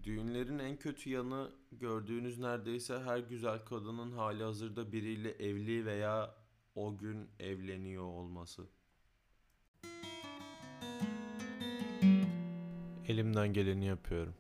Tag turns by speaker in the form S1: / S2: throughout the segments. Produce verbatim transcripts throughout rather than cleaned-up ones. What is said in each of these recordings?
S1: Düğünlerin en kötü yanı gördüğünüz neredeyse her güzel kadının hali hazırda biriyle evli veya o gün evleniyor olması. Elimden geleni yapıyorum.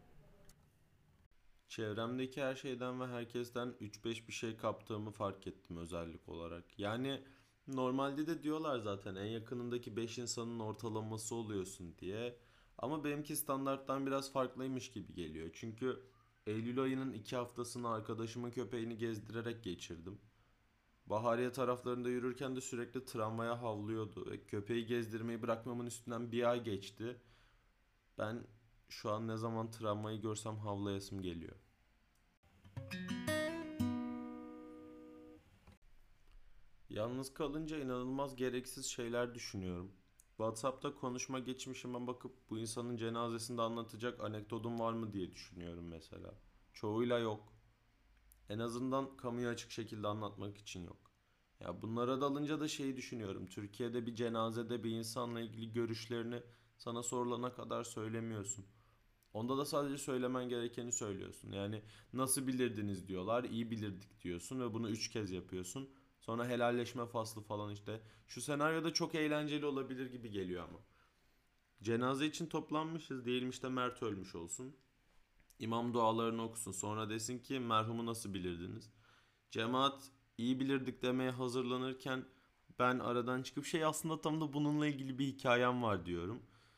S1: Çevremdeki her şeyden ve herkesten üç beş bir şey kaptığımı fark ettim özellik olarak. Yani normalde de diyorlar zaten en yakınındaki beş insanın ortalaması oluyorsun diye. Ama benimki standarttan biraz farklıymış gibi geliyor. Çünkü Eylül ayının iki haftasını arkadaşımın köpeğini gezdirerek geçirdim. Bahariye taraflarında yürürken de sürekli tramvaya havlıyordu ve köpeği gezdirmeyi bırakmamın üstünden bir ay geçti. Ben şu an ne zaman tramvayı görsem havlayasım geliyor. Yalnız kalınca inanılmaz gereksiz şeyler düşünüyorum. WhatsApp'ta konuşma geçmişime bakıp bu insanın cenazesinde anlatacak anekdotum var mı diye düşünüyorum mesela. Çoğuyla yok. En azından kamuya açık şekilde anlatmak için yok. Ya bunlara dalınca da şeyi düşünüyorum. Türkiye'de bir cenazede bir insanla ilgili görüşlerini sana sorulana kadar söylemiyorsun. Onda da sadece söylemen gerekeni söylüyorsun. Yani nasıl bilirdiniz diyorlar, iyi bilirdik diyorsun ve bunu üç kez yapıyorsun. Sonra helalleşme faslı falan işte. Şu senaryoda çok eğlenceli olabilir gibi geliyor ama. Cenaze için toplanmışız diyelim işte Mert ölmüş olsun. İmam dualarını okusun sonra desin ki merhumu nasıl bilirdiniz? Cemaat iyi bilirdik demeye hazırlanırken ben aradan çıkıp şey aslında tam da bununla ilgili bir hikayem var diyorum.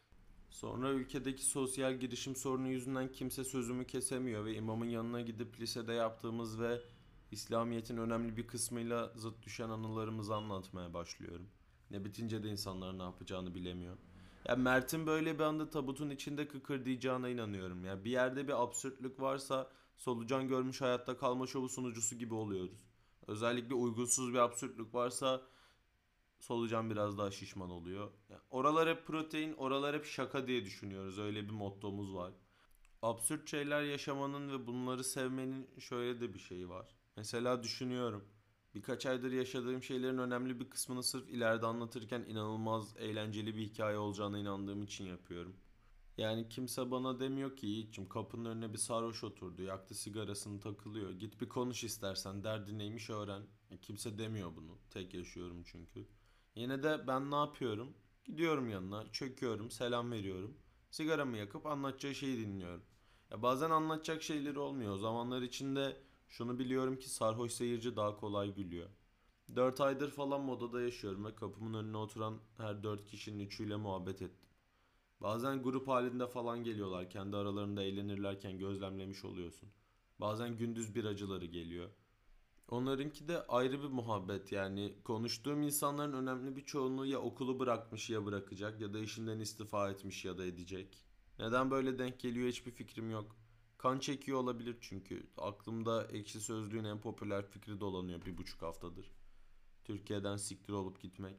S1: Sonra ülkedeki sosyal girişim sorunu yüzünden kimse sözümü kesemiyor ve imamın yanına gidip lisede yaptığımız ve İslamiyet'in önemli bir kısmıyla zıt düşen anılarımızı anlatmaya başlıyorum. Ne bitince de insanlar ne yapacağını bilemiyor. Ya Mert'in böyle bir anda tabutun içinde kıkırdayacağına inanıyorum. Ya bir yerde bir absürtlük varsa solucan görmüş hayatta kalma şovu sunucusu gibi oluyoruz. Özellikle uygunsuz bir absürtlük varsa solucan biraz daha şişman oluyor. Yani oralar hep protein, oralar hep şaka diye düşünüyoruz. Öyle bir mottomuz var. Absürt şeyler yaşamanın ve bunları sevmenin şöyle de bir şeyi var. Mesela düşünüyorum. Birkaç aydır yaşadığım şeylerin önemli bir kısmını sırf ileride anlatırken inanılmaz eğlenceli bir hikaye olacağına inandığım için yapıyorum. Yani kimse bana demiyor ki Yiğit'cim kapının önüne bir sarhoş oturdu, yaktı sigarasını takılıyor. Git bir konuş istersen, derdi neymiş öğren. E, kimse demiyor bunu. Tek yaşıyorum çünkü. Yine de ben ne yapıyorum? Gidiyorum yanına, çöküyorum, selam veriyorum. Sigaramı yakıp anlatacağı şeyi dinliyorum. Ya bazen anlatacak şeyleri olmuyor. O zamanlar içinde şunu biliyorum ki sarhoş seyirci daha kolay gülüyor. Dört aydır falan modada yaşıyorum ve kapımın önüne oturan her dört kişinin üçüyle muhabbet ettim. Bazen grup halinde falan geliyorlar. Kendi aralarında eğlenirlerken gözlemlemiş oluyorsun. Bazen gündüz biracıları geliyor. Onlarınki de ayrı bir muhabbet yani. Konuştuğum insanların önemli bir çoğunluğu ya okulu bırakmış ya bırakacak ya da işinden istifa etmiş ya da edecek. Neden böyle denk geliyor hiçbir fikrim yok. Kan çekiyor olabilir çünkü. Aklımda Ekşi Sözlüğün en popüler fikri dolanıyor bir buçuk haftadır. Türkiye'den siktir olup gitmek.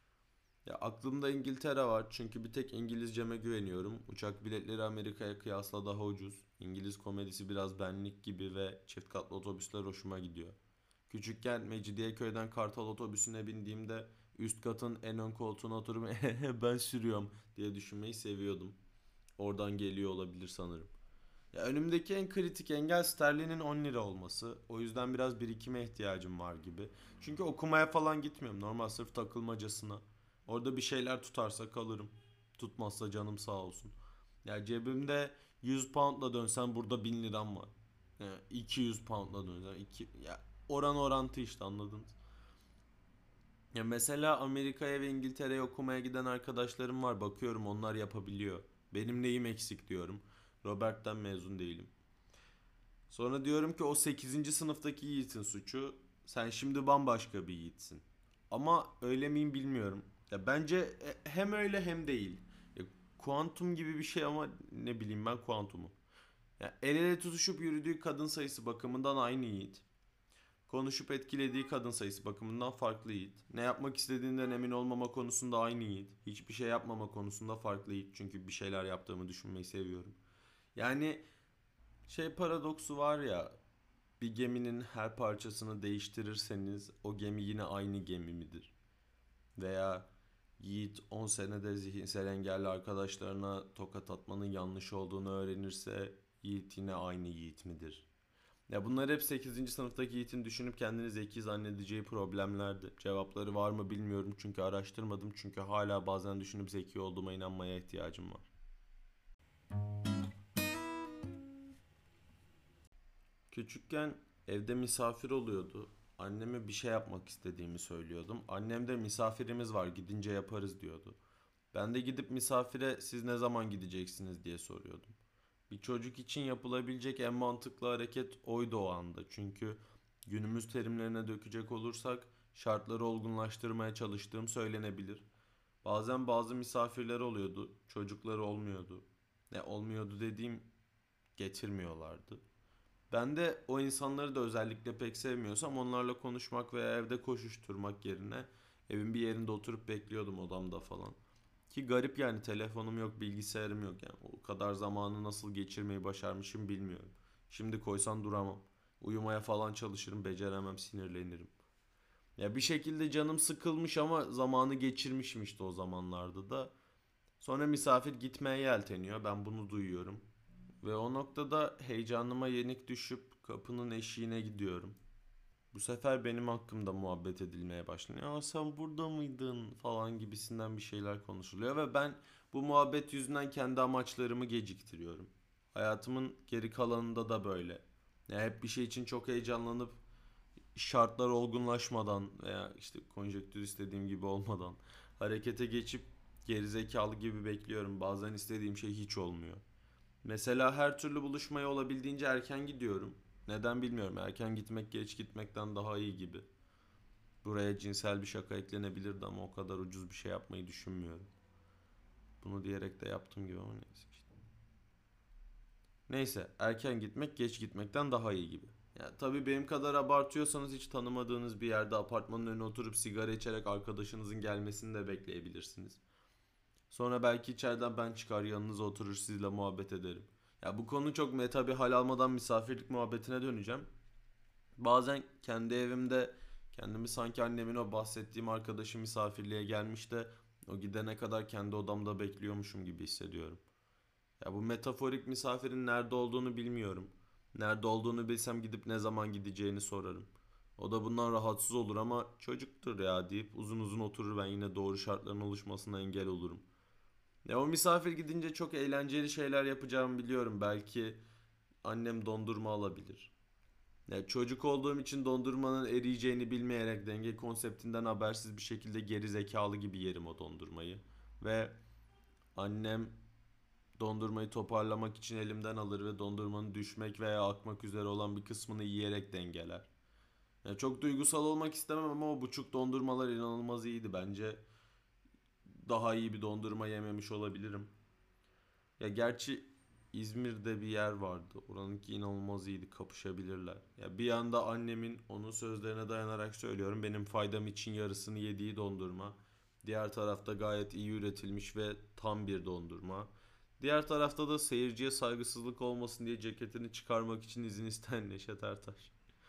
S1: Ya aklımda İngiltere var çünkü bir tek İngilizceme güveniyorum. Uçak biletleri Amerika'ya kıyasla daha ucuz. İngiliz komedisi biraz benlik gibi ve çift katlı otobüsler hoşuma gidiyor. Küçükken Mecidiyeköy'den Kartal otobüsüne bindiğimde üst katın en ön koltuğuna oturup ben sürüyorum diye düşünmeyi seviyordum. Oradan geliyor olabilir sanırım. Ya önümdeki en kritik engel sterlinin on lira olması. O yüzden biraz birikime ihtiyacım var gibi. Çünkü okumaya falan gitmiyorum. Normal sırf takılmacasına. Orada bir şeyler tutarsa kalırım. Tutmazsa canım sağ olsun. Ya cebimde yüz poundla dönsem burada bin liram var. Yani iki yüz poundla dönsem iki ya oran orantı işte anladınız. Ya mesela Amerika'ya ve İngiltere'ye okumaya giden arkadaşlarım var. Bakıyorum onlar yapabiliyor. Benim neyim eksik diyorum. Robert'ten mezun değilim. Sonra diyorum ki o sekizinci sınıftaki Yiğit'in suçu. Sen şimdi bambaşka bir Yiğit'sin. Ama öyle miyim bilmiyorum. Ya bence e, hem öyle hem değil. Ya, kuantum gibi bir şey ama ne bileyim ben kuantumu. Ya, el ele tutuşup yürüdüğü kadın sayısı bakımından aynı Yiğit. Konuşup etkilediği kadın sayısı bakımından farklı Yiğit. Ne yapmak istediğinden emin olmama konusunda aynı Yiğit. Hiçbir şey yapmama konusunda farklı Yiğit. Çünkü bir şeyler yaptığımı düşünmeyi seviyorum. Yani şey paradoksu var ya, bir geminin her parçasını değiştirirseniz o gemi yine aynı gemi midir? Veya Yiğit on senede zihinsel engelli arkadaşlarına tokat atmanın yanlış olduğunu öğrenirse Yiğit yine aynı Yiğit midir? Ya bunlar hep sekizinci sınıftaki Yiğit'in düşünüp kendini zeki zannedeceği problemlerdi. Cevapları var mı bilmiyorum çünkü araştırmadım. Çünkü hala bazen düşünüp zeki olduğuma inanmaya ihtiyacım var. Küçükken evde misafir oluyordu. Anneme bir şey yapmak istediğimi söylüyordum. Annem de misafirimiz var gidince yaparız diyordu. Ben de gidip misafire siz ne zaman gideceksiniz diye soruyordum. Bir çocuk için yapılabilecek en mantıklı hareket oydu o anda. Çünkü günümüz terimlerine dökecek olursak şartları olgunlaştırmaya çalıştığım söylenebilir. Bazen bazı misafirler oluyordu, çocukları olmuyordu. Ne olmuyordu dediğim getirmiyorlardı. Ben de o insanları da özellikle pek sevmiyorsam onlarla konuşmak veya evde koşuşturmak yerine evin bir yerinde oturup bekliyordum odamda falan. Ki garip yani telefonum yok, bilgisayarım yok yani. O kadar zamanı nasıl geçirmeyi başarmışım bilmiyorum. Şimdi koysan duramam. Uyumaya falan çalışırım, beceremem, sinirlenirim. Ya bir şekilde canım sıkılmış ama zamanı geçirmişim işte o zamanlarda da. Sonra misafir gitmeye yelteniyor. Ben bunu duyuyorum. Ve o noktada heyecanıma yenik düşüp kapının eşiğine gidiyorum. Bu sefer benim hakkımda muhabbet edilmeye başlanıyor. Aa sen burada mıydın falan gibisinden bir şeyler konuşuluyor ve ben bu muhabbet yüzünden kendi amaçlarımı geciktiriyorum. Hayatımın geri kalanında da böyle. Ya hep bir şey için çok heyecanlanıp şartlar olgunlaşmadan veya işte konjektür istediğim gibi olmadan harekete geçip gerizekalı gibi bekliyorum. Bazen istediğim şey hiç olmuyor. Mesela her türlü buluşmaya olabildiğince erken gidiyorum. Neden bilmiyorum. Erken gitmek geç gitmekten daha iyi gibi. Buraya cinsel bir şaka eklenebilirdi ama o kadar ucuz bir şey yapmayı düşünmüyorum. Bunu diyerek de yaptım gibi ama neyse işte. Neyse erken gitmek geç gitmekten daha iyi gibi. Ya tabii benim kadar abartıyorsanız hiç tanımadığınız bir yerde apartmanın önüne oturup sigara içerek arkadaşınızın gelmesini de bekleyebilirsiniz. Sonra belki içeriden ben çıkar yanınıza oturur sizle muhabbet ederim. Ya bu konu çok meta bir hal almadan misafirlik muhabbetine döneceğim. Bazen kendi evimde kendimi sanki annemin o bahsettiğim arkadaşı misafirliğe gelmiş de o gidene kadar kendi odamda bekliyormuşum gibi hissediyorum. Ya bu metaforik misafirin nerede olduğunu bilmiyorum. Nerede olduğunu bilsem gidip ne zaman gideceğini sorarım. O da bundan rahatsız olur ama çocuktur ya deyip uzun uzun oturur ben yine doğru şartların oluşmasına engel olurum. Ya o misafir gidince çok eğlenceli şeyler yapacağımı biliyorum. Belki annem dondurma alabilir. Ya çocuk olduğum için dondurmanın eriyeceğini bilmeyerek denge konseptinden habersiz bir şekilde geri zekalı gibi yerim o dondurmayı. Ve annem dondurmayı toparlamak için elimden alır ve dondurmanın düşmek veya akmak üzere olan bir kısmını yiyerek dengeler. Ya çok duygusal olmak istemem ama o buçuk dondurmalar inanılmaz iyiydi bence. Daha iyi bir dondurma yememiş olabilirim. Ya gerçi İzmir'de bir yer vardı. Oranınki inanılmaz iyiydi. Kapışabilirler. Ya bir yanda annemin onun sözlerine dayanarak söylüyorum. Benim faydam için yarısını yediği dondurma. Diğer tarafta gayet iyi üretilmiş ve tam bir dondurma. Diğer tarafta da seyirciye saygısızlık olmasın diye ceketini çıkarmak için izin isteyen Neşet Ertaş.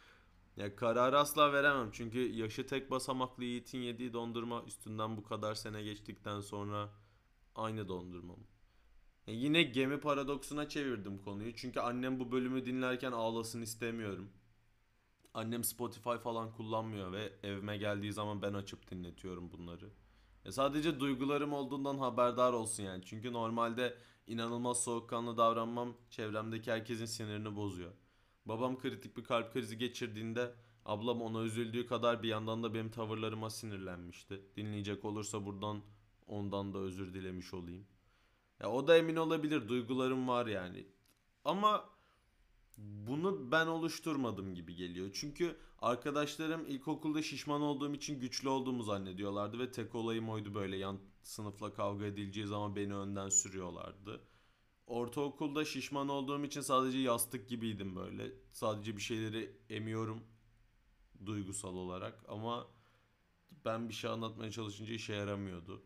S1: Ya kararı asla veremem çünkü yaşı tek basamaklı Yiğit'in yediği dondurma üstünden bu kadar sene geçtikten sonra aynı dondurma mı? E yine gemi paradoksuna çevirdim konuyu. Çünkü annem bu bölümü dinlerken ağlasın istemiyorum. Annem Spotify falan kullanmıyor ve evime geldiği zaman ben açıp dinletiyorum bunları. E sadece duygularım olduğundan haberdar olsun yani. Çünkü normalde inanılmaz soğukkanlı davranmam çevremdeki herkesin sinirini bozuyor. Babam kritik bir kalp krizi geçirdiğinde ablam ona üzüldüğü kadar bir yandan da benim tavırlarıma sinirlenmişti. Dinleyecek olursa buradan ondan da özür dilemiş olayım. Ya o da emin olabilir duygularım var yani. Ama bunu ben oluşturmadım gibi geliyor. Çünkü arkadaşlarım ilkokulda şişman olduğum için güçlü olduğumu zannediyorlardı ve tek olayım oydu böyle yan sınıfla kavga edileceği zaman beni önden sürüyorlardı. Ortaokulda şişman olduğum için sadece yastık gibiydim böyle. Sadece bir şeyleri emiyorum duygusal olarak ama ben bir şey anlatmaya çalışınca işe yaramıyordu.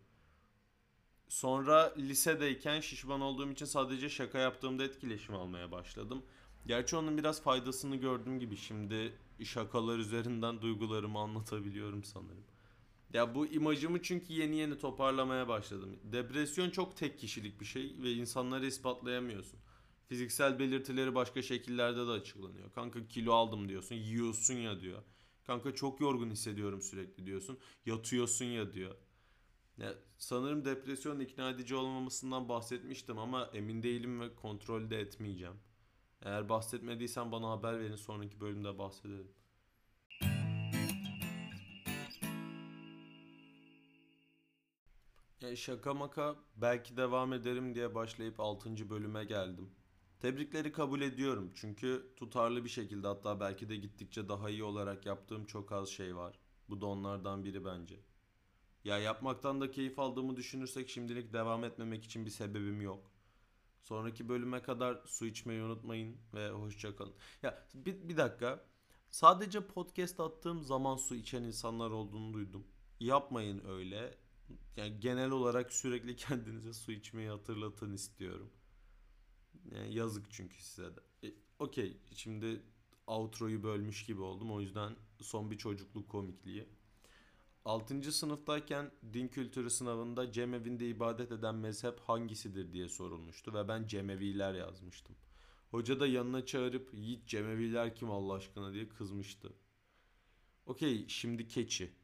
S1: Sonra lisedeyken şişman olduğum için sadece şaka yaptığımda etkileşim almaya başladım. Gerçi onun biraz faydasını gördüğüm gibi şimdi şakalar üzerinden duygularımı anlatabiliyorum sanırım. Ya bu imajımı çünkü yeni yeni toparlamaya başladım. Depresyon çok tek kişilik bir şey ve insanları ispatlayamıyorsun. Fiziksel belirtileri başka şekillerde de açıklanıyor. Kanka kilo aldım diyorsun, yiyorsun ya diyor. Kanka çok yorgun hissediyorum sürekli diyorsun, yatıyorsun ya diyor. Ya, sanırım depresyon ikna edici olmamasından bahsetmiştim ama emin değilim ve kontrol de etmeyeceğim. Eğer bahsetmediysen bana haber verin, sonraki bölümde bahsedelim. Ya şaka maka belki devam ederim diye başlayıp altıncı bölüme geldim. Tebrikleri kabul ediyorum çünkü tutarlı bir şekilde, hatta belki de gittikçe daha iyi olarak yaptığım çok az şey var. Bu da onlardan biri bence. Ya yapmaktan da keyif aldığımı düşünürsek şimdilik devam etmemek için bir sebebim yok. Sonraki bölüme kadar su içmeyi unutmayın ve hoşça kalın. Ya bir, bir dakika. Sadece podcast attığım zaman su içen insanlar olduğunu duydum. Yapmayın öyle. Yani genel olarak sürekli kendinize su içmeyi hatırlatın istiyorum. Yani yazık çünkü size de. E, Okey, şimdi outro'yu bölmüş gibi oldum. O yüzden son bir çocukluk komikliği. Altıncı sınıftayken din kültürü sınavında cemevinde ibadet eden mezhep hangisidir diye sorulmuştu ve ben Cemeviler yazmıştım. Hoca da yanına çağırıp Yiğit Cemeviler kim Allah aşkına diye kızmıştı. Okey, şimdi keçi.